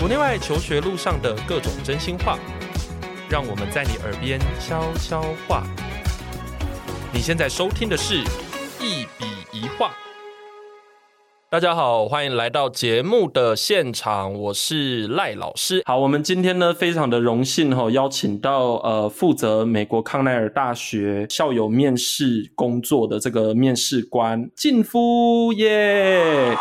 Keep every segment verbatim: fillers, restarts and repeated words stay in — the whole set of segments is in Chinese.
国内外求学路上的各种真心话，让我们在你耳边悄悄话。你现在收听的是一笔一画。大家好，欢迎来到节目的现场，我是赖老师。好，我们今天呢非常的荣幸哦，邀请到呃负责美国康奈尔大学校友面试工作的这个面试官靳夫耶。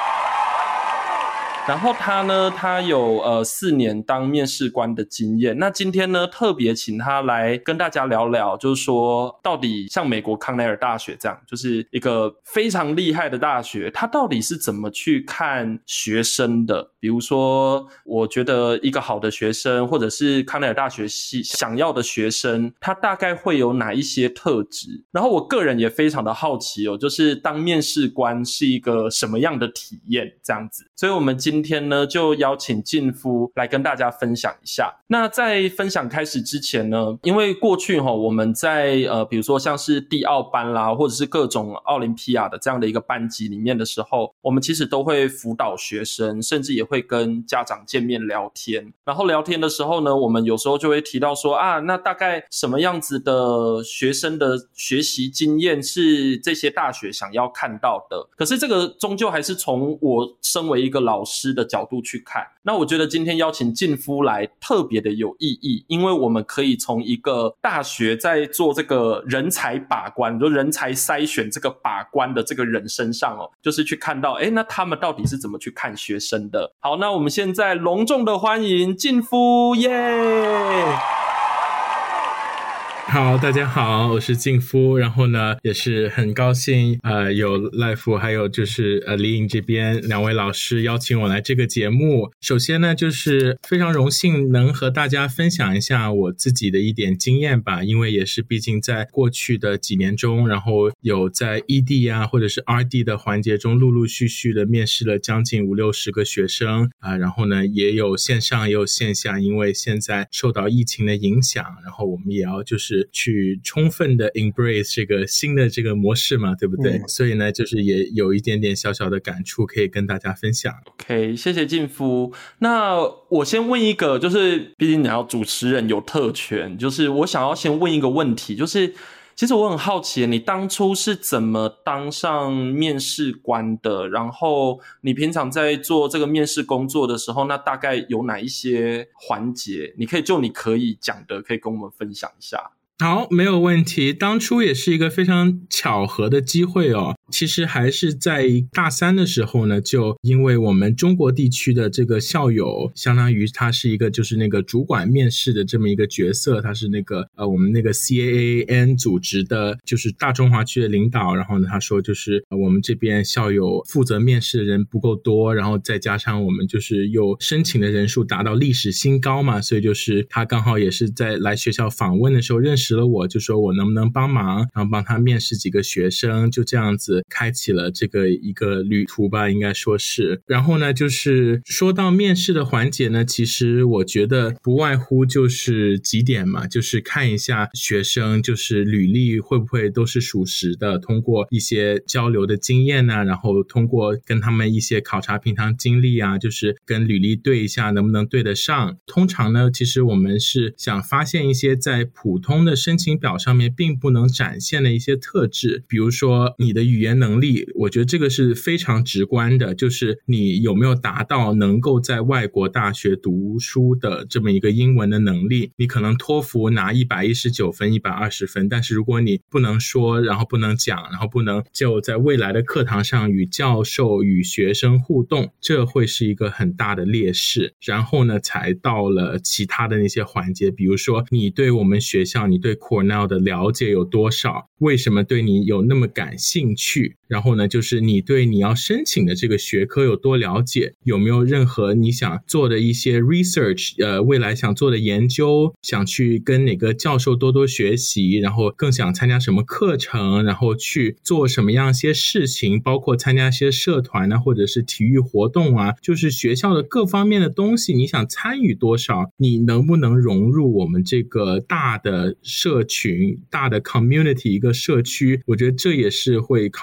然后他呢，他有呃四年当面试官的经验。那今天呢，特别请他来跟大家聊聊，就是说到底像美国康奈尔大学这样，就是一个非常厉害的大学，他到底是怎么去看学生的？比如说，我觉得一个好的学生，或者是康奈尔大学系想要的学生，他大概会有哪一些特质？然后我个人也非常的好奇哦，就是当面试官是一个什么样的体验？这样子，所以我们今今天呢，就邀请靳夫来跟大家分享一下。那在分享开始之前呢，因为过去齁我们在呃，比如说像是地奥班啦，或者是各种奥林匹亚的这样的一个班级里面的时候，我们其实都会辅导学生，甚至也会跟家长见面聊天。然后聊天的时候呢，我们有时候就会提到说啊，那大概什么样子的学生的学习经验是这些大学想要看到的。可是这个终究还是从我身为一个老师的角度去看。那我觉得今天邀请靳夫来特别的有意义，因为我们可以从一个大学在做这个人才把关，就人才筛选这个把关的这个人身上哦，就是去看到诶那他们到底是怎么去看学生的。好，那我们现在隆重的欢迎靳夫耶。 好，大家好，我是靳夫。然后呢，也是很高兴，呃，有赖夫还有就是呃李颖这边两位老师邀请我来这个节目。首先呢，就是非常荣幸能和大家分享一下我自己的一点经验吧，因为也是毕竟在过去的几年中，然后有在 E D 啊或者是 R D 的环节中陆陆续续的面试了将近五六十个学生啊、呃，然后呢也有线上也有线下，因为现在受到疫情的影响，然后我们也要就是去充分的 embrace 这个新的这个模式嘛，对不对、嗯、所以呢就是也有一点点小小的感触可以跟大家分享。 OK， 谢谢靳夫。那我先问一个，就是毕竟你要主持人有特权，就是我想要先问一个问题，就是其实我很好奇你当初是怎么当上面试官的，然后你平常在做这个面试工作的时候，那大概有哪一些环节你可以就你可以讲的可以跟我们分享一下。 好，没有问题。当初也是一个非常巧合的机会哦。其实还是在大三的时候呢，就因为我们中国地区的这个校友，相当于他是一个就是那个主管面试的这么一个角色，他是那个呃我们那个 C A A N 组织的，就是大中华区的领导。然后呢，他说就是、呃、我们这边校友负责面试的人不够多，然后再加上我们就是又申请的人数达到历史新高嘛，所以就是他刚好也是在来学校访问的时候认识了我，就说我能不能帮忙，然后帮他面试几个学生，就这样子开启了这个一个旅途吧，应该说是。然后呢，就是说到面试的环节呢，其实我觉得不外乎就是几点嘛，就是看一下学生就是履历会不会都是属实的，通过一些交流的经验啊，然后通过跟他们一些考察平常经历啊，就是跟履历对一下能不能对得上。通常呢，其实我们是想发现一些在普通的申请表上面并不能展现的一些特质，比如说你的语言能力，我觉得这个是非常直观的，就是你有没有达到能够在外国大学读书的这么一个英文的能力。你可能托福拿一百一十九分一百二十分，但是如果你不能说，然后不能讲，然后不能就在未来的课堂上与教授与学生互动，这会是一个很大的劣势。然后呢才到了其他的那些环节，比如说你对我们学校，你对 Cornell 的了解有多少，为什么对你有那么感兴趣，然后呢就是你对你要申请的这个学科有多了解，有没有任何你想做的一些 research， 呃，未来想做的研究，想去跟哪个教授多多学习，然后更想参加什么课程，然后去做什么样一些事情，包括参加一些社团啊，或者是体育活动啊，就是学校的各方面的东西你想参与多少，你能不能融入我们这个大的社群，大的 community 一个社区，我觉得这也是会考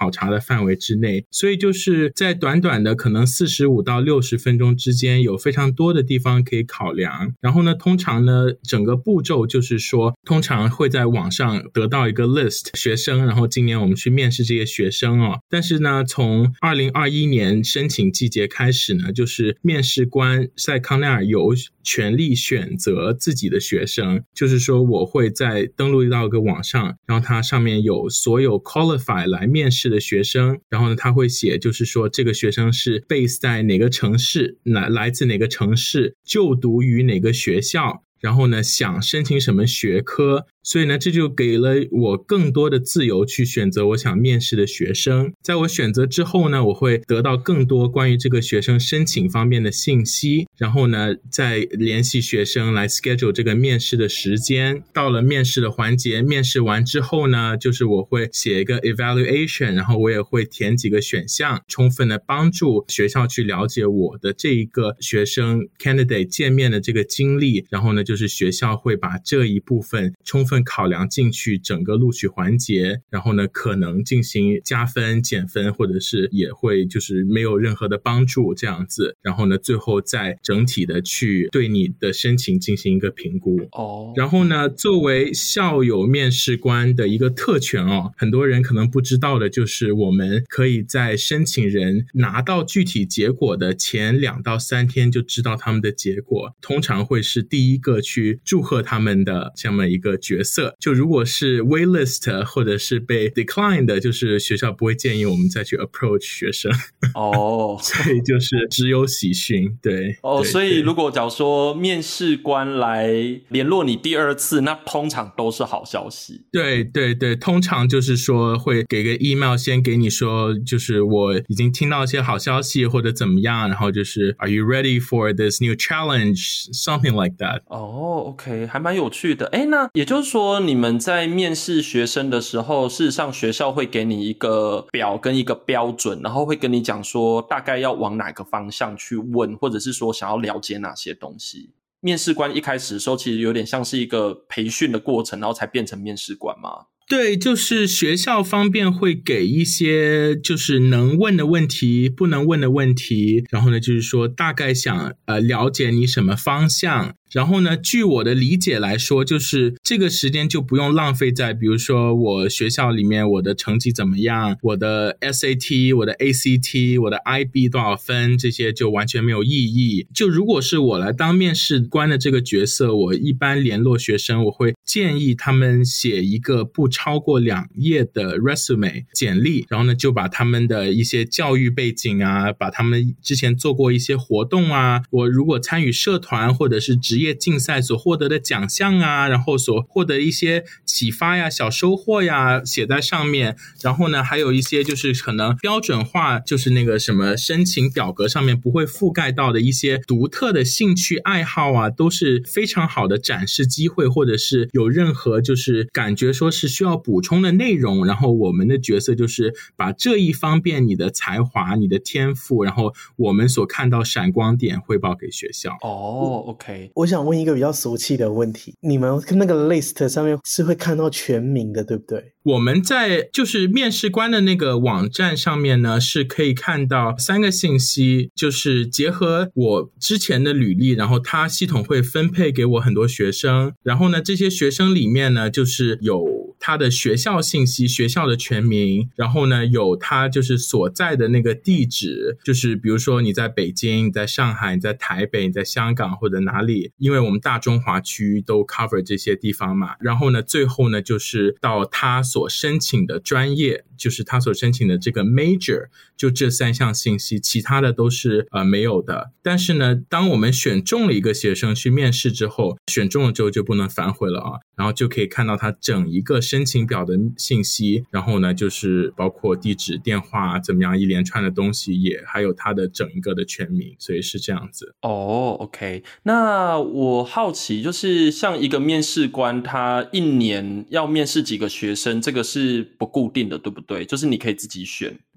考察的范围之内，所以就是在短短的可能四十五到六十分钟之间有非常多的地方可以考量。然后呢，通常呢整个步骤就是说，通常会在网上得到一个 list 学生，然后今年我们去面试这些学生哦。但是呢，从二零二一年申请季节开始呢，就是面试官在康奈尔有权利选择自己的学生，就是说我会在登录到一个网上，然后它上面有所有 qualify 来面试的学生，然后呢他会写就是说这个学生是 base 在哪个城市，来来自哪个城市，就读于哪个学校，然后呢想申请什么学科。所以呢，这就给了我更多的自由去选择我想面试的学生。在我选择之后呢，我会得到更多关于这个学生申请方面的信息，然后呢，再联系学生来 schedule 这个面试的时间。到了面试的环节，面试完之后呢，就是我会写一个 evaluation， 然后我也会填几个选项，充分的帮助学校去了解我的这一个学生 candidate 见面的这个经历，然后呢，就是学校会把这一部分充分考量进去整个录取环节，然后呢可能进行加分减分，或者是也会就是没有任何的帮助这样子，然后呢最后再整体的去对你的申请进行一个评估。哦，然后呢作为校友面试官的一个特权哦，很多人可能不知道的就是我们可以在申请人拿到具体结果的前两到三天就知道他们的结果，通常会是第一个去祝贺他们的这么一个角色。就如果是 waitlist 或者是被 decline 的，就是学校不会建议我们再去 approach 学生。哦，所以就是只有喜讯。对哦， 对， 所以如果假如说面试官来联络你第二次，那通常都是好消息。 对对对，通常就是说会给个 email 先给你说，就是我已经听到一些好消息或者怎么样，然后就是 Are you ready for this new challenge? Something like that. 哦 OK， 还蛮有趣的。诶，那也就是说你们在面试学生的时候，事实上学校会给你一个表跟一个标准，然后会跟你讲说大概要往哪个方向去问，或者是说想要了解哪些东西。面试官一开始的时候其实有点像是一个培训的过程，然后才变成面试官嘛。 对，就是学校方面会给一些就是能问的问题，不能问的问题，然后呢就是说大概想呃了解你什么方向。然后呢，据我的理解来说，就是这个时间就不用浪费在比如说我学校里面我的成绩怎么样，我的 S A T 我的 A C T 我的 I B 多少分，这些就完全没有意义。就如果是我来当面试官的这个角色，我一般联络学生，我会建议他们写一个不超过两页的 resume 简历，然后呢就把他们的一些教育背景啊，把他们之前做过一些活动啊，我如果参与社团或者是职业竞赛所获得的奖项啊，然后所获得一些启发呀、小收获呀写在上面。然后呢还有一些就是可能标准化，就是那个什么申请表格上面不会覆盖到的一些独特的兴趣爱好啊，都是非常好的展示机会，或者是有任何就是感觉说是需要补充的内容，然后我们的角色就是把这一方面你的才华、你的天赋，然后我们所看到闪光点汇报给学校。 哦 OK， 我想问一个比较俗气的问题，你们那个 list 上面是会看到全名的对不对？ 我们在就是面试官的那个网站上面呢，是可以看到三个信息，就是结合我之前的履历，然后它系统会分配给我很多学生，然后呢这些学生里面呢就是有他的学校信息，学校的全名，然后呢有他就是所在的那个地址，就是比如说你在北京，你在上海，你在台北，你在香港或者哪里，因为我们大中华区都 cover 这些地方嘛。然后呢最后呢就是到他所申请的专业，就是他所申请的这个 major， 就这三项信息，其他的都是呃没有的。但是呢当我们选中了一个学生去面试之后，选中了之后就不能反悔了啊，然后就可以看到他整一个申请表的信息，然后呢就是包括地址、电话怎么样一连串的东西，也还有他的整一个的全名，所以是这样子。 哦 OK， 那我好奇就是像一个面试官他一年要面试几个学生，这个是不固定的对不对？就是你可以自己选。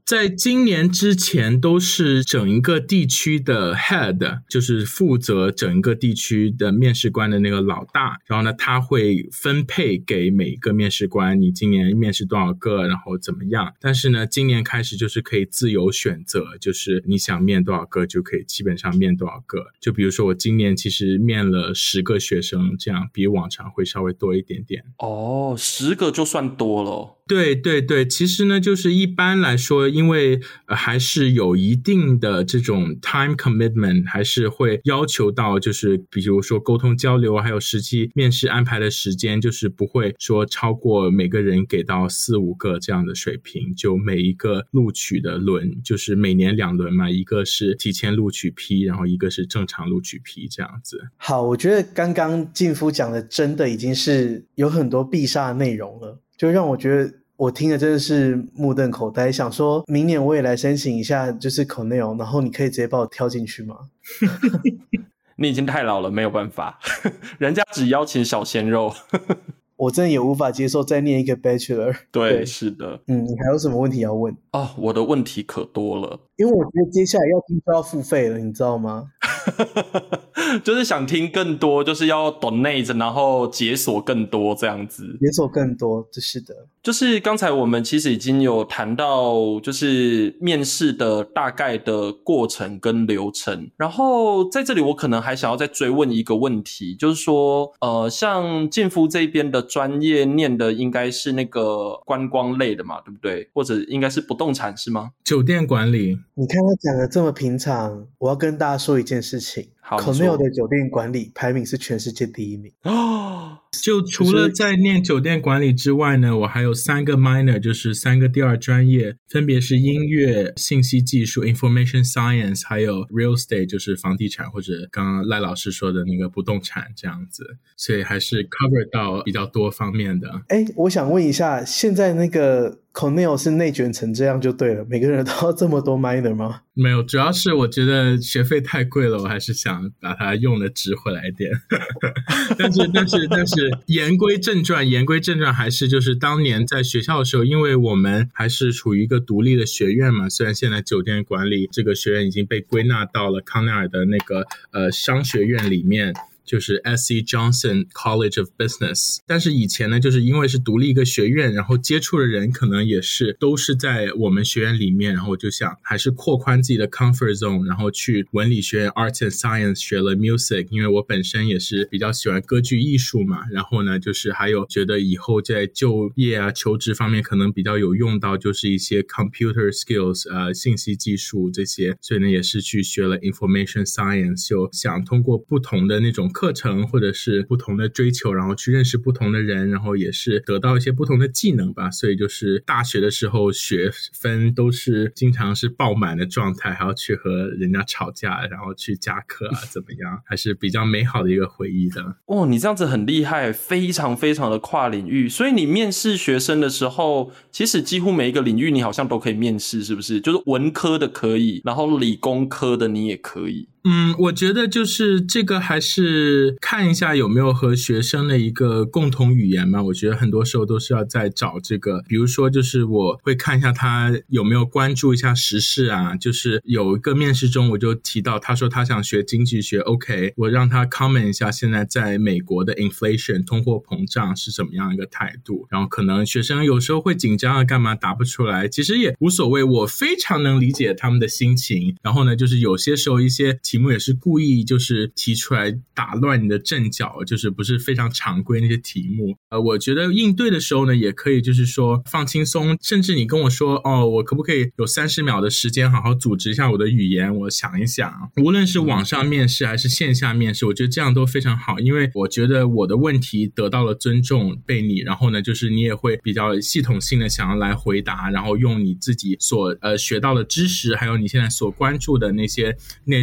在今年之前都是整一个地区的 head， 就是负责整一个地区的面试官的那个老大，然后呢他会分配给每一个面试官你今年面试多少个，然后怎么样。但是呢今年开始就是可以自由选择，就是你想面多少个就可以基本上面多少个。就比如说我今年其实面了十个学生，这样比往常会稍微多一点点。 哦，十个就算多了。 对对对，其实呢就是一般来说因为、呃、还是有一定的这种 time commitment， 还是会要求到就是比如说沟通交流还有实际面试安排的时间，就是不会说超过每个人给到四五个这样的水平，就每一个录取的轮就是每年两轮嘛，一个是提前录取批，然后一个是正常录取批这样子。 好，我觉得刚刚静夫讲的真的已经是有很多必杀的内容了，就让我觉得我听的真的是目瞪口呆，想说明年我也来申请一下就是 Cornell， 然后你可以直接把我挑进去吗？ 你已经太老了，没有办法，人家只邀请小鲜肉。 我真的也无法接受再念一个 Bachelor。 对, 对是的。 嗯，你还有什么问题要问？ 哦，我的问题可多了， 因为我觉得接下来要听就要付费了，你知道吗？ 就是想听更多，就是要 donate 然后解锁更多这样子。 解锁更多，这是的。 就是刚才我们其实已经有谈到就是面试的大概的过程跟流程，然后在这里我可能还想要再追问一个问题，就是说呃，像静夫这边的专业念的应该是那个观光类的嘛，对不对？或者应该是不动产是吗？ 酒店管理。 你看他讲的这么平常，我要跟大家说一件事情。 好 Cornell 的酒店管理排名是全世界第一名哦。 就除了在念酒店管理之外呢，我还有三个 minor， 就是三个第二专业，分别是音乐、信息技术 information science， 还有 real estate， 就是房地产或者刚刚赖老师说的那个不动产这样子，所以还是 cover 到比较多方面的。 诶，我想问一下，现在那个 Cornell 是内卷成这样就对了，每个人都要这么多 minor 吗？ 没有，主要是我觉得学费太贵了，我还是想把它用的值回来一点。但是但是但是言归正传，言归正传还是就是当年在学校的时候，因为我们还是处于一个独立的学院嘛，虽然现在酒店管理这个学院已经被归纳到了康奈尔的那个呃商学院里面，就是 S C Johnson College of Business， 但是以前呢就是因为是独立一个学院，然后接触的人可能也是都是在我们学院里面，然后我就想还是扩宽自己的 comfort zone， 然后去文理学院 Arts and Science 学了 Music， 因为我本身也是比较喜欢歌剧艺术嘛，然后呢就是还有觉得以后在就业啊求职方面可能比较有用到就是一些 computer skills 呃信息技术这些，所以呢也是去学了 information science， 就想通过不同的那种课程或者是不同的追求，然后去认识不同的人，然后也是得到一些不同的技能吧。所以就是大学的时候学分都是经常是爆满的状态，还要去和人家吵架，然后去加课啊怎么样，还是比较美好的一个回忆的。 哦，你这样子很厉害，非常非常的跨领域。所以你面试学生的时候，其实几乎每一个领域你好像都可以面试，是不是？就是文科的可以，然后理工科的你也可以。 嗯，我觉得就是这个还是看一下有没有和学生的一个共同语言嘛。我觉得很多时候都是要在找这个，比如说就是我会看一下他有没有关注一下时事啊。就是有一个面试中我就提到，他说他想学经济学 OK， 我让他 comment 一下现在在美国的 inflation 通货膨胀是什么样一个态度，然后可能学生有时候会紧张啊干嘛答不出来，其实也无所谓，我非常能理解他们的心情。然后呢就是有些时候一些题目也是故意就是提出来打乱你的阵脚，就是不是非常常规那些题目。呃，我觉得应对的时候呢也可以就是说放轻松，甚至你跟我说哦，我可不可以有三十秒的时间好好组织一下我的语言，我想一想。无论是网上面试还是线下面试，我觉得这样都非常好，因为我觉得我的问题得到了尊重被你，然后呢就是你也会比较系统性的想要来回答，然后用你自己所呃学到的知识还有你现在所关注的那些内容啊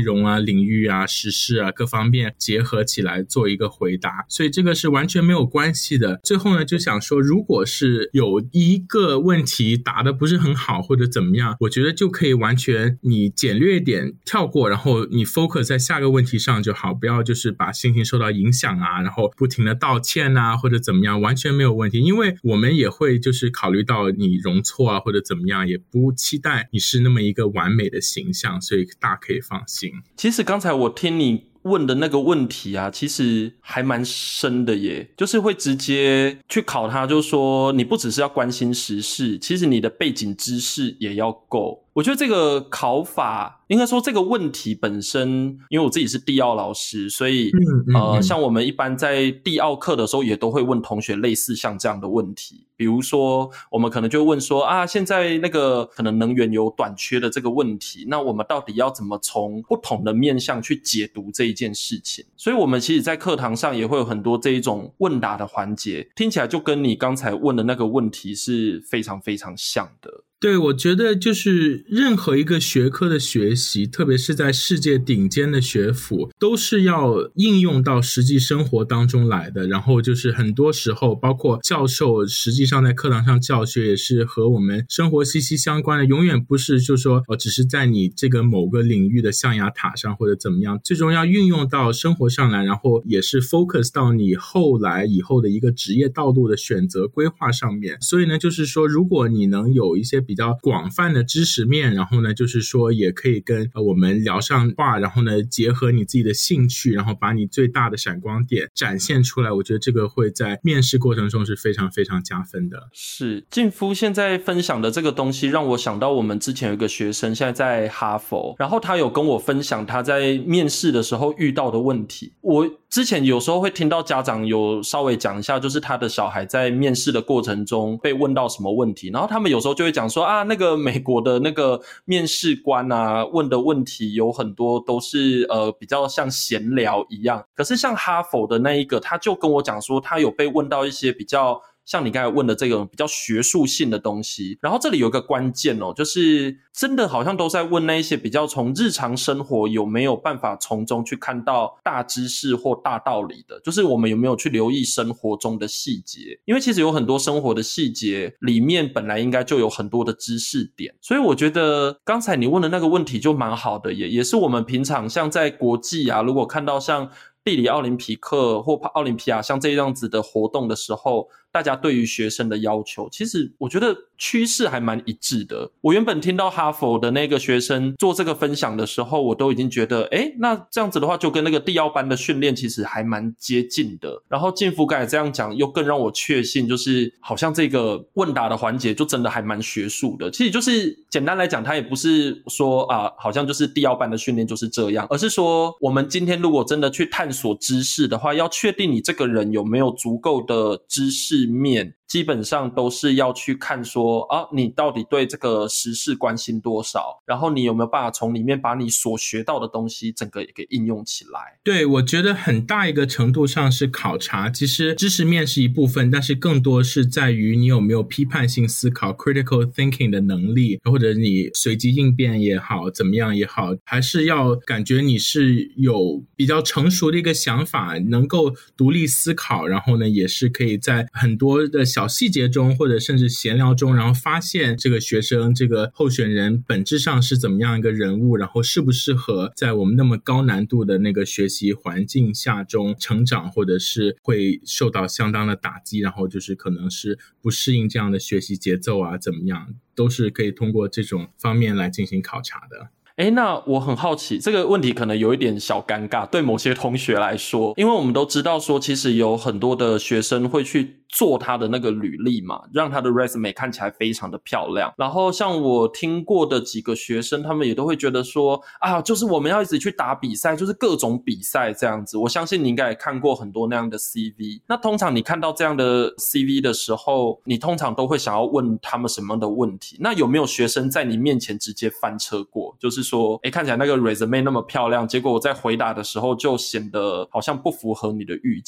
领域啊、时事啊各方面结合起来做一个回答，所以这个是完全没有关系的。最后呢，就想说如果是有一个问题答得不是很好或者怎么样，我觉得就可以完全你简略一点跳过，然后你 focus 在下个问题上就好，不要就是把心情受到影响啊，然后不停的道歉啊或者怎么样，完全没有问题。因为我们也会就是考虑到你容错啊或者怎么样，也不期待你是那么一个完美的形象，所以大家可以放心。 其实刚才我听你问的那个问题啊，其实还蛮深的耶，就是会直接去考他，就是说你不只是要关心时事，其实你的背景知识也要够。我觉得这个考法，应该说这个问题本身，因为我自己是地奥老师，所以、 嗯嗯嗯、 呃，像我们一般在地奥课的时候也都会问同学类似像这样的问题，比如说我们可能就问说啊，现在那个可能能源有短缺的这个问题，那我们到底要怎么从不同的面向去解读这一件事情。所以我们其实在课堂上也会有很多这一种问答的环节，听起来就跟你刚才问的那个问题是非常非常像的。 对，我觉得就是任何一个学科的学习，特别是在世界顶尖的学府，都是要应用到实际生活当中来的。然后就是很多时候包括教授实际上在课堂上教学也是和我们生活息息相关的，永远不是就说哦，只是在你这个某个领域的象牙塔上或者怎么样，最终要运用到生活上来，然后也是 focus 到你后来以后的一个职业道路的选择规划上面。所以呢，就是说如果你能有一些比较广泛的知识面，然后呢就是说也可以跟、呃、我们聊上话，然后呢结合你自己的兴趣，然后把你最大的闪光点展现出来，我觉得这个会在面试过程中是非常非常加分的。 是，晋夫现在分享的这个东西让我想到我们之前有一个学生现在在哈佛，然后他有跟我分享他在面试的时候遇到的问题。我之前有时候会听到家长有稍微讲一下，就是他的小孩在面试的过程中被问到什么问题，然后他们有时候就会讲说啊，那个美国的那个面试官啊问的问题有很多都是呃比较像闲聊一样，可是像哈佛的那一个，他就跟我讲说他有被问到一些比较像你刚才问的这种比较学术性的东西。然后这里有一个关键哦，就是真的好像都在问那一些比较从日常生活有没有办法从中去看到大知识或大道理的，就是我们有没有去留意生活中的细节，因为其实有很多生活的细节里面本来应该就有很多的知识点。所以我觉得刚才你问的那个问题就蛮好的，也也是我们平常像在国际啊，如果看到像地理奥林匹克或奥林匹亚像这样子的活动的时候，大家对于学生的要求，其实我觉得趋势还蛮一致的。我原本听到哈佛的那个学生做这个分享的时候，我都已经觉得诶，那这样子的话就跟那个地奥班的训练其实还蛮接近的。然后晋夫刚才这样讲又更让我确信，就是好像这个问答的环节就真的还蛮学术的。其实就是简单来讲，它也不是说啊，好像就是地奥班的训练就是这样，而是说我们今天如果真的去探索知识的话，要确定你这个人有没有足够的知识面，基本上都是要去看说啊，你到底对这个时事关心多少，然后你有没有办法从里面把你所学到的东西整个也给应用起来。 对，我觉得很大一个程度上是考察，其实知识面是一部分，但是更多是在于你有没有批判性思考 critical thinking 的能力，或者你随机应变也好怎么样也好，还是要感觉你是有比较成熟的一个想法，能够独立思考，然后呢也是可以在很多的小细节中或者甚至闲聊中，然后发现这个学生这个候选人本质上是怎么样一个人物，然后适不适合在我们那么高难度的那个学习环境下中成长，或者是会受到相当的打击，然后就是可能是不适应这样的学习节奏啊怎么样，都是可以通过这种方面来进行考察的。 诶，那我很好奇，这个问题可能有一点小尴尬，对某些同学来说，因为我们都知道说其实有很多的学生会去做他的那个履历嘛，让他的 resume 看起来非常的漂亮。然后像我听过的几个学生，他们也都会觉得说啊，就是我们要一直去打比赛，就是各种比赛这样子。我相信你应该也看过很多那样的 C V。那通常你看到这样的 C V 的时候，你通常都会想要问他们什么样的问题？那有没有学生在你面前直接翻车过？就是说诶，看起来那个 resume 那么漂亮，结果我在回答的时候就显得好像不符合你的预期。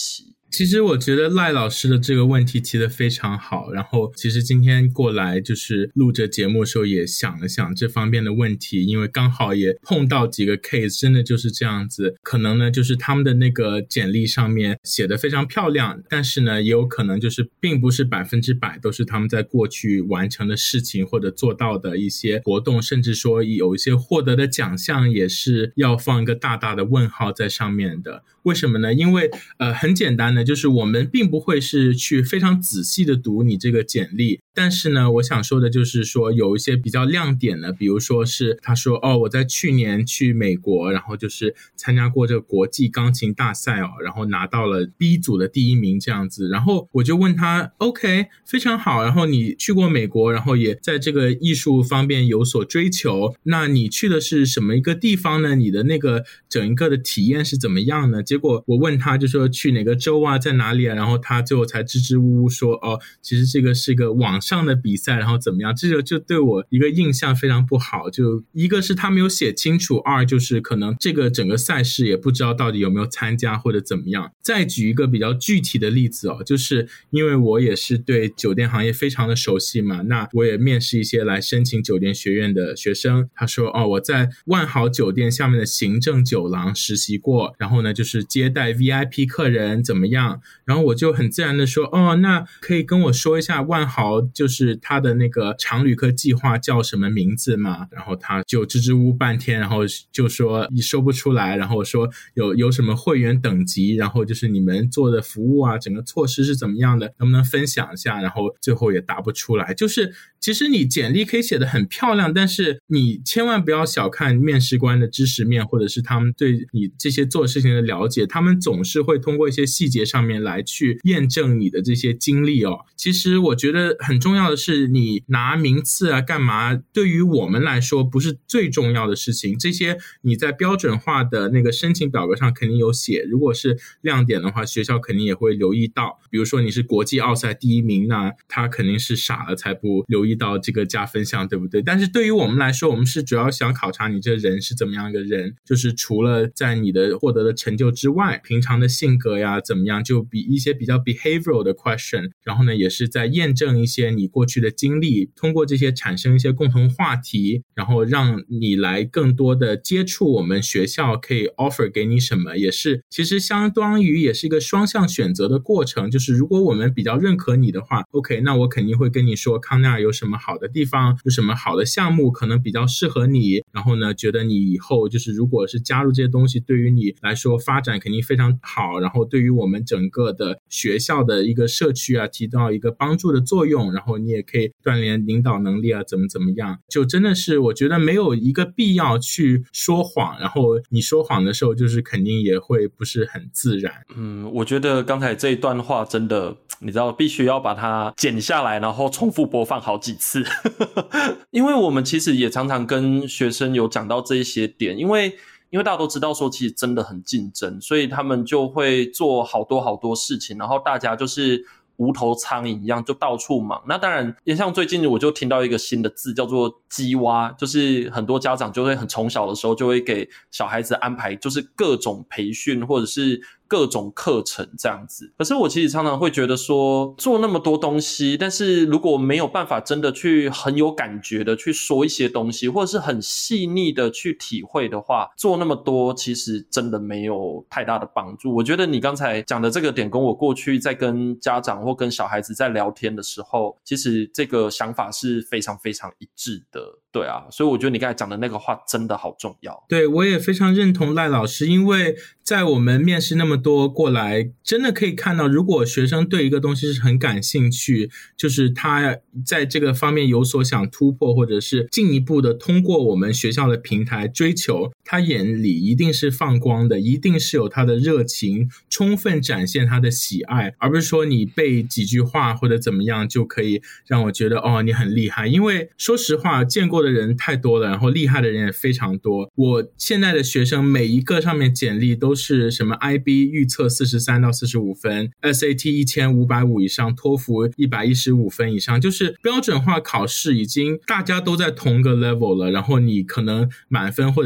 其实我觉得赖老师的这个问题提得非常好，然后其实今天过来就是录着节目的时候也想了想这方面的问题，因为刚好也碰到几个 case 真的就是这样子，可能呢就是他们的那个简历上面写得非常漂亮，但是呢也有可能就是并不是百分之百都是他们在过去完成的事情或者做到的一些活动，甚至说有一些获得的奖项也是要放一个大大的问号在上面的。为什么呢？因为呃很简单的，就是我们并不会是去非常仔细的读你这个简历，但是呢我想说的就是说有一些比较亮点的，比如说是他说哦我在去年去美国，然后就是参加过这个国际钢琴大赛哦，然后拿到了 B 组的第一名这样子，然后我就问他 OK 非常好，然后你去过美国，然后也在这个艺术方面有所追求，那你去的是什么一个地方呢？你的那个整一个的体验是怎么样呢？结果我问他就说去哪个州啊，在哪里啊，然后他最后才支支吾吾说哦其实这个是个网上的比赛，然后怎么样，这个就对我一个印象非常不好，就一个是他没有写清楚，二就是可能这个整个赛事也不知道到底有没有参加或者怎么样。再举一个比较具体的例子哦，就是因为我也是对酒店行业非常的熟悉嘛，那我也面试一些来申请酒店学院的学生，他说哦我在万豪酒店下面的行政酒廊实习过，然后呢就是接待 V I P 客人怎么样，然后我就很自然的说哦那可以跟我说一下万豪就是他的那个常旅客计划叫什么名字吗？然后他就支支吾吾半天，然后就说你说不出来，然后说有有什么会员等级，然后就是你们做的服务啊整个措施是怎么样的，能不能分享一下，然后最后也答不出来。就是其实你简历可以写得很漂亮，但是你千万不要小看面试官的知识面，或者是他们对你这些做事情的了解，他们总是会通过一些细节上面来去验证你的这些经历哦。其实我觉得很重要的是你拿名次啊干嘛，对于我们来说不是最重要的事情，这些你在标准化的那个申请表格上肯定有写，如果是亮点的话学校肯定也会留意到，比如说你是国际奥赛第一名，那他肯定是傻了才不留意到这个加分项，对不对？但是对于我们来说，我们是主要想考察你这人是怎么样一个人，就是除了在你的获得的成就之外，平常的性格呀怎么样，就比一些比较 behavioral 的 question， 然后呢也是在验证一些你过去的经历，通过这些产生一些共同话题，然后让你来更多的接触我们学校可以 offer 给你什么，也是其实相当于也是一个双向选择的过程，就是如果我们比较认可你的话 OK 那我肯定会跟你说康奈尔有什么好的地方，有什么好的项目可能比较适合你，然后呢觉得你以后就是如果是加入这些东西对于你来说发展肯定非常好，然后对于我们整个的学校的一个社区啊提到一个帮助的作用，然后你也可以锻炼领导能力啊怎么怎么样，就真的是我觉得没有一个必要去说谎，然后你说谎的时候就是肯定也会不是很自然。 嗯，我觉得刚才这一段话真的你知道必须要把它剪下来然后重复播放好几次因为我们其实也常常跟学生有讲到这一些点，因为因为大家都知道说其实真的很竞争，所以他们就会做好多好多事情，然后大家就是无头苍蝇一样就到处忙。那当然也像最近我就听到一个新的字叫做鸡蛙，就是很多家长就会很从小的时候就会给小孩子安排就是各种培训或者是各种课程这样子。可是我其实常常会觉得说做那么多东西，但是如果没有办法真的去很有感觉的去说一些东西，或者是很细腻的去体会的话，做那么多其实真的没有太大的帮助。我觉得你刚才讲的这个点跟我过去在跟家长或跟小孩子在聊天的时候，其实这个想法是非常非常一致的。对啊，所以我觉得你刚才讲的那个话真的好重要。 对，我也非常认同赖老师，因为在我们面试那么多过来，真的可以看到如果学生对一个东西是很感兴趣，就是他在这个方面有所想突破，或者是进一步的通过我们学校的平台追求，他眼里一定是放光的，一定是有他的热情充分展现他的喜爱，而不是说你背几句话或者怎么样就可以让我觉得哦你很厉害。因为说实话见过的人太多了，然后厉害的人也非常多，我现在的学生每一个上面简历都是什么 I B 预测四十三到四十五分， S A T 一千五百五以上，托福一百一十五分以上，就是标准化考试已经大家都在同个 level 了，然后你可能满分或者接近满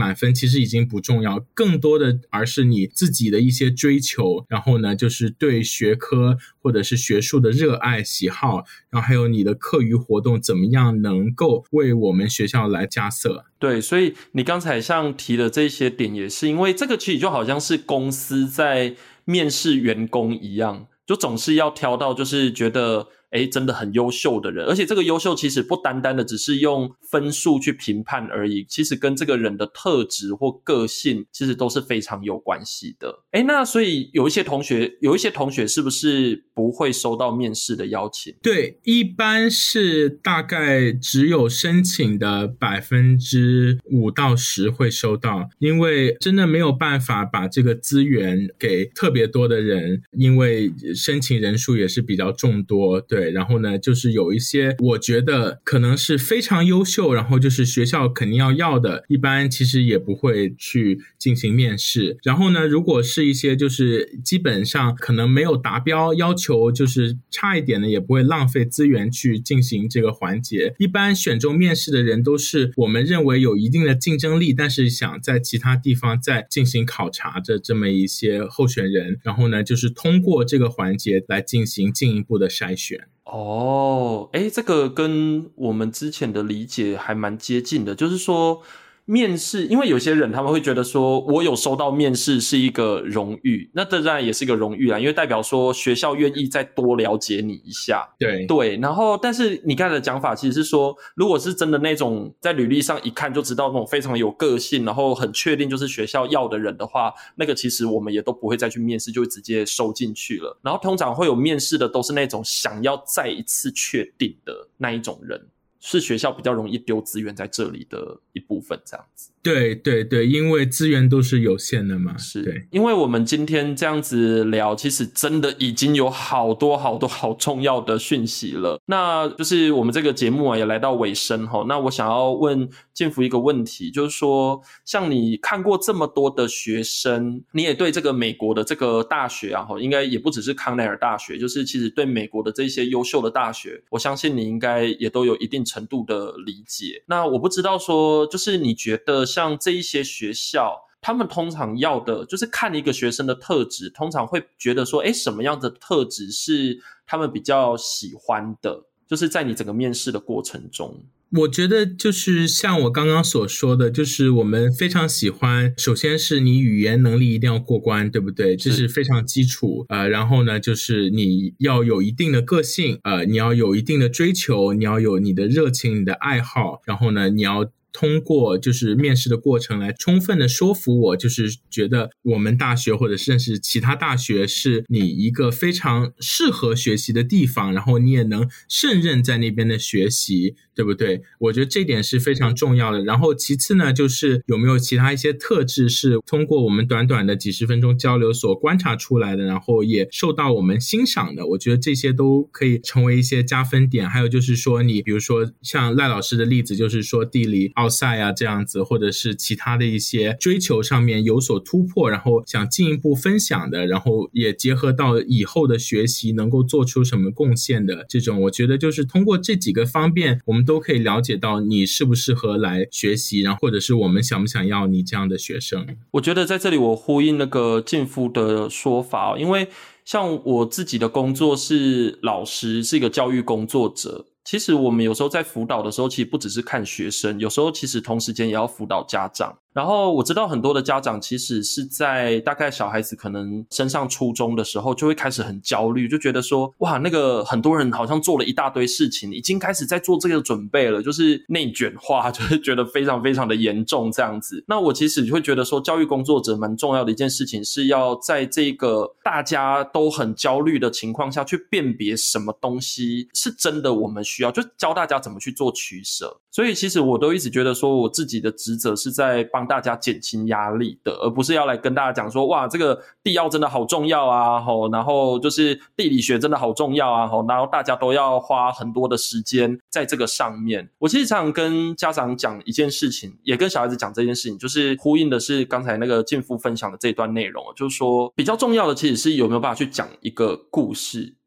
满分其实已经不重要，更多的而是你自己的一些追求，然后呢就是对学科或者是学术的热爱喜好，然后还有你的课余活动怎么样能够为我们学校来加色。 对，所以你刚才像提的这些点，也是因为这个其实就好像是公司在面试员工一样，就总是要挑到就是觉得诶真的很优秀的人，而且这个优秀其实不单单的只是用分数去评判而已，其实跟这个人的特质或个性其实都是非常有关系的。诶那所以有一些同学有一些同学是不是不会收到面试的邀请？ 对，一般是大概只有申请的百分之五到十会收到，因为真的没有办法把这个资源给特别多的人，因为申请人数也是比较众多。对，然后呢就是有一些我觉得可能是非常优秀，然后就是学校肯定要要的，一般其实也不会去进行面试。然后呢如果是一些就是基本上可能没有达标，要求就是差一点的，也不会浪费资源去进行这个环节。一般选中面试的人都是我们认为有一定的竞争力，但是想在其他地方再进行考察的这么一些候选人，然后呢就是通过这个环节来进行进一步的筛选。 哦，诶这个跟我们之前的理解还蛮接近的，就是说面试，因为有些人他们会觉得说我有收到面试是一个荣誉，那当然也是一个荣誉啦，因为代表说学校愿意再多了解你一下。 对对，然后但是你刚才的讲法其实是说，如果是真的那种在履历上一看就知道那种非常有个性，然后很确定就是学校要的人的话，那个其实我们也都不会再去面试，就会直接收进去了。然后通常会有面试的都是那种想要再一次确定的那一种人，是学校比较容易丢资源在这里的一部分这样子。 对对对，因为资源都是有限的嘛。 是， 对， 因为我们今天这样子聊，其实真的已经有好多好多好重要的讯息了。那就是我们这个节目啊也来到尾声齁，那我想要问建福一个问题，就是说像你看过这么多的学生，你也对这个美国的这个大学啊，应该也不只是康奈尔大学，就是其实对美国的这些优秀的大学，我相信你应该也都有一定程度的理解。那我不知道说，就是你觉得像这一些学校，他们通常要的就是看一个学生的特质，通常会觉得说诶什么样的特质是他们比较喜欢的，就是在你整个面试的过程中。 我觉得就是像我刚刚所说的，就是我们非常喜欢，首先是你语言能力一定要过关，对不对？这是非常基础。呃，然后呢就是你要有一定的个性，呃，你要有一定的追求，你要有你的热情，你的爱好，然后呢你要通过就是面试的过程来充分的说服我，就是觉得我们大学或者甚至其他大学是你一个非常适合学习的地方，然后你也能胜任在那边的学习，对不对？我觉得这点是非常重要的。然后其次呢，就是有没有其他一些特质是通过我们短短的几十分钟交流所观察出来的，然后也受到我们欣赏的，我觉得这些都可以成为一些加分点。还有就是说你比如说像赖老师的例子，就是说地理奥赛啊这样子，或者是其他的一些追求上面有所突破，然后想进一步分享的，然后也结合到以后的学习能够做出什么贡献的这种，我觉得就是通过这几个方面，我们都可以了解到你适不适合来学习，然后或者是我们想不想要你这样的学生。 我觉得在这里我呼应那个建夫的说法，因为像我自己的工作是老师，是一个教育工作者，其实我们有时候在辅导的时候，其实不只是看学生，有时候其实同时间也要辅导家长。然后我知道很多的家长其实是在大概小孩子可能升上初中的时候就会开始很焦虑，就觉得说哇那个很多人好像做了一大堆事情，已经开始在做这个准备了，就是内卷化，就是觉得非常非常的严重这样子。那我其实会觉得说教育工作者蛮重要的一件事情是要在这个大家都很焦虑的情况下去辨别什么东西是真的我们需要，就教大家怎么去做取舍。所以其实我都一直觉得说我自己的职责是在帮大家减轻压力的，而不是要来跟大家讲说哇这个地奥真的好重要啊，然后就是地理学真的好重要啊，然后大家都要花很多的时间在这个上面。我其实常常跟家长讲一件事情，也跟小孩子讲这件事情，就是呼应的是刚才那个建夫分享的这段内容，就是说比较重要的其实是有没有办法去讲一个故事，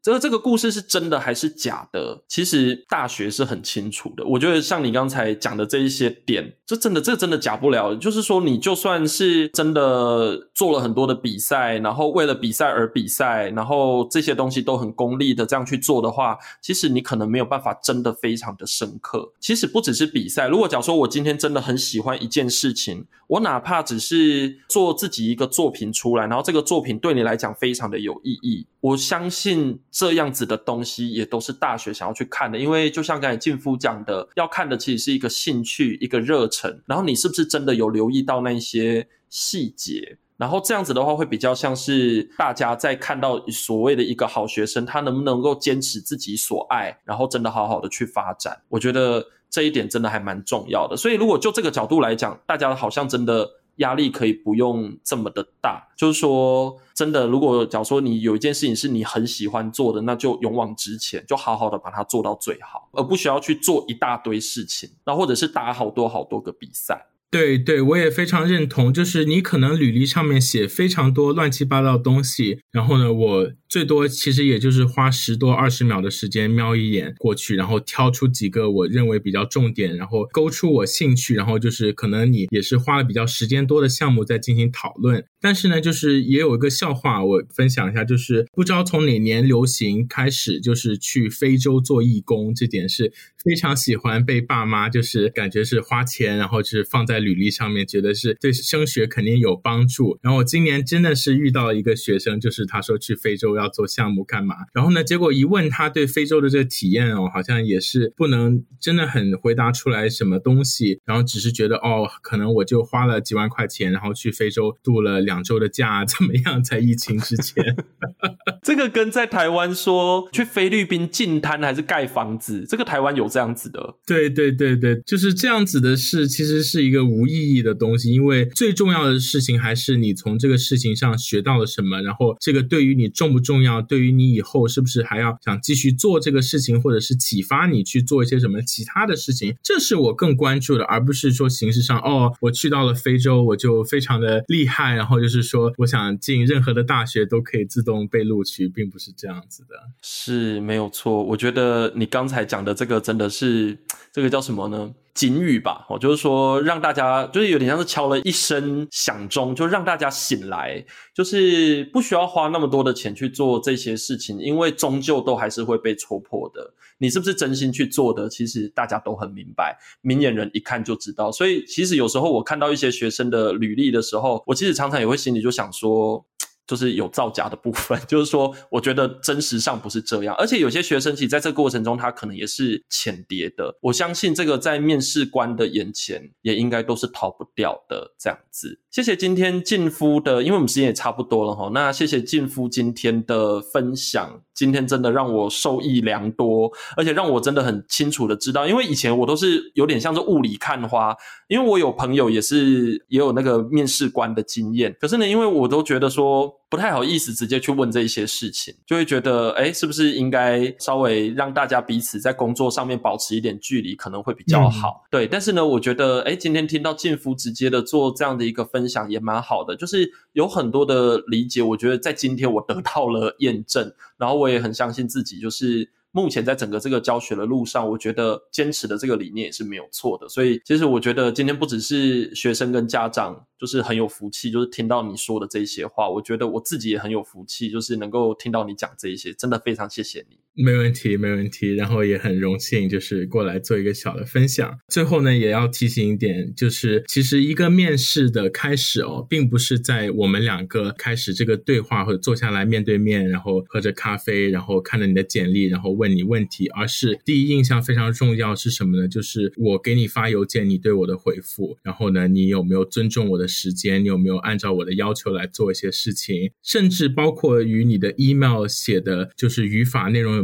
这个这个故事是真的还是假的，其实大学是很清楚的。我觉得像你刚才讲的这一些点，这真的这真的假不了。就是说你就算是真的做了很多的比赛，然后为了比赛而比赛，然后这些东西都很功利的这样去做的话，其实你可能没有办法真的非常的深刻。其实不只是比赛，如果假如说我今天真的很喜欢一件事情，我哪怕只是做自己一个作品出来，然后这个作品对你来讲非常的有意义，我相信这样子的东西也都是大学想要去看的。因为就像刚才静夫讲的，要看的其实是一个兴趣，一个热忱，然后你是不是真的有留意到那些细节，然后这样子的话会比较像是大家在看到所谓的一个好学生，他能不能够坚持自己所爱，然后真的好好的去发展，我觉得这一点真的还蛮重要的。所以如果就这个角度来讲，大家好像真的压力可以不用这么的大，就是说真的，如果假如说你有一件事情是你很喜欢做的，那就勇往直前，就好好的把它做到最好，而不需要去做一大堆事情，然后或者是打好多好多个比赛。 对对，我也非常认同，就是你可能履历上面写非常多乱七八糟的东西，然后呢我最多其实也就是花十多二十秒的时间瞄一眼过去，然后挑出几个我认为比较重点，然后勾出我兴趣，然后就是可能你也是花了比较时间多的项目在进行讨论。但是呢就是也有一个笑话我分享一下，就是不知道从哪年流行开始，就是去非洲做义工，这点是非常喜欢被爸妈就是感觉是花钱，然后就是放在履历上面，觉得是对升学肯定有帮助。然后我今年真的是遇到一个学生，就是他说去非洲要做项目干嘛，然后呢结果一问他对非洲的这个体验哦，好像也是不能真的很回答出来什么东西，然后只是觉得哦，可能我就花了几万块钱，然后去非洲度了两周的假，怎么样，在疫情之前这个跟在台湾说去菲律宾进滩还是盖房子，这个台湾有这样子的。 对对对对，就是这样子的事其实是一个无意义的东西，因为最重要的事情还是你从这个事情上学到了什么，然后这个对于你重不重要，对于你以后是不是还要想继续做这个事情，或者是启发你去做一些什么其他的事情，这是我更关注的，而不是说形式上哦，我去到了非洲我就非常的厉害，然后就是说我想进任何的大学都可以自动被录取，并不是这样子的。 是没有错，我觉得你刚才讲的这个真的是这个叫什么呢，警语吧，哦，就是说让大家就是有点像是敲了一声响钟，就让大家醒来，就是不需要花那么多的钱去做这些事情，因为终究都还是会被戳破的。你是不是真心去做的，其实大家都很明白，明眼人一看就知道。所以其实有时候我看到一些学生的履历的时候，我其实常常也会心里就想说，就是有造假的部分，就是说我觉得真实上不是这样，而且有些学生其实在这个过程中他可能也是浅碟的，我相信这个在面试官的眼前也应该都是逃不掉的这样子。谢谢今天静夫的，因为我们时间也差不多了齁，那谢谢静夫今天的分享，今天真的让我受益良多，而且让我真的很清楚的知道，因为以前我都是有点像是雾里看花，因为我有朋友也是也有那个面试官的经验，可是呢因为我都觉得说不太好意思直接去问这一些事情，就会觉得诶是不是应该稍微让大家彼此在工作上面保持一点距离可能会比较好、嗯、对，但是呢我觉得诶今天听到静夫直接的做这样的一个分享也蛮好的，就是有很多的理解，我觉得在今天我得到了验证，然后我也很相信自己，就是目前在整个这个教学的路上，我觉得坚持的这个理念也是没有错的。所以其实我觉得今天不只是学生跟家长就是很有福气，就是听到你说的这些话，我觉得我自己也很有福气，就是能够听到你讲这一些，真的非常谢谢你。 没问题没问题，然后也很荣幸就是过来做一个小的分享。最后呢也要提醒一点，就是其实一个面试的开始哦，并不是在我们两个开始这个对话或者坐下来面对面，然后喝着咖啡，然后看着你的简历，然后问你问题，而是第一印象非常重要是什么呢？就是我给你发邮件，你对我的回复，然后呢你有没有尊重我的时间，你有没有按照我的要求来做一些事情，甚至包括于你的 email 写的就是语法内容有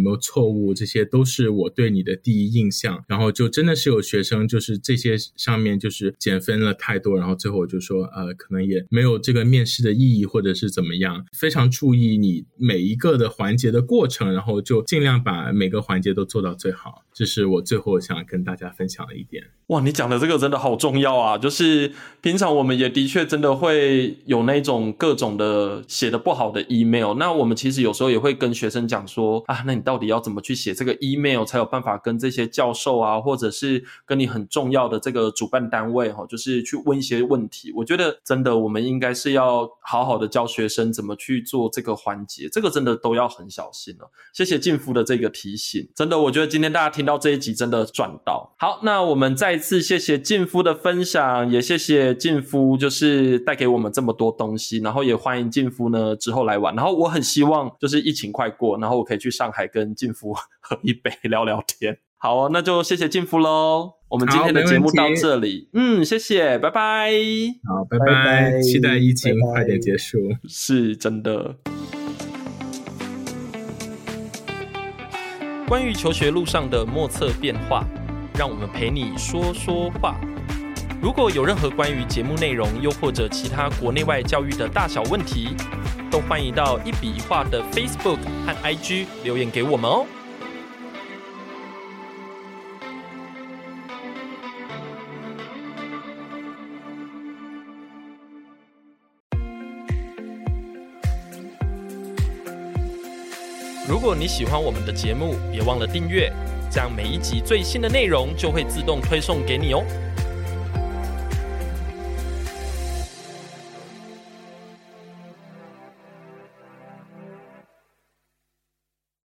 没有错误，这些都是我对你的第一印象。然后就真的是有学生就是这些上面就是减分了太多，然后最后我就说呃，可能也没有这个面试的意义或者是怎么样，非常注意你每一个的环节的过程，然后就尽量把每个环节都做到最好。这是我最后想跟大家分享的一点。 哇，你讲的这个真的好重要啊，就是平常我们也的确真的会有那种各种的写的不好的 email， 那我们其实有时候也会跟学生讲说啊，那你到底要怎么去写这个 email 才有办法跟这些教授啊，或者是跟你很重要的这个主办单位就是去问一些问题。我觉得真的我们应该是要好好的教学生怎么去做这个环节，这个真的都要很小心了。谢谢静夫的这个提醒，真的我觉得今天大家听到这一集真的赚到。好，那我们再次谢谢静夫的分享，也谢谢静夫就是带给我们这么多东西，然后也欢迎静夫呢之后来玩，然后我很希望就是疫情快过，然后我可以去上海跟静夫喝一杯聊聊天。好哦，那就谢谢静夫咯，我们今天的节目到这里。嗯，谢谢，拜拜。 好，拜拜，拜拜，期待疫情快点结束。 是真的。关于求学路上的莫测变化，让我们陪你说说话。如果有任何关于节目内容，又或者其他国内外教育的大小问题，都欢迎到一笔一画的 Facebook 和 I G 留言给我们哦。如果你喜欢我们的节目，别忘了订阅，这样每一集最新的内容就会自动推送给你哦。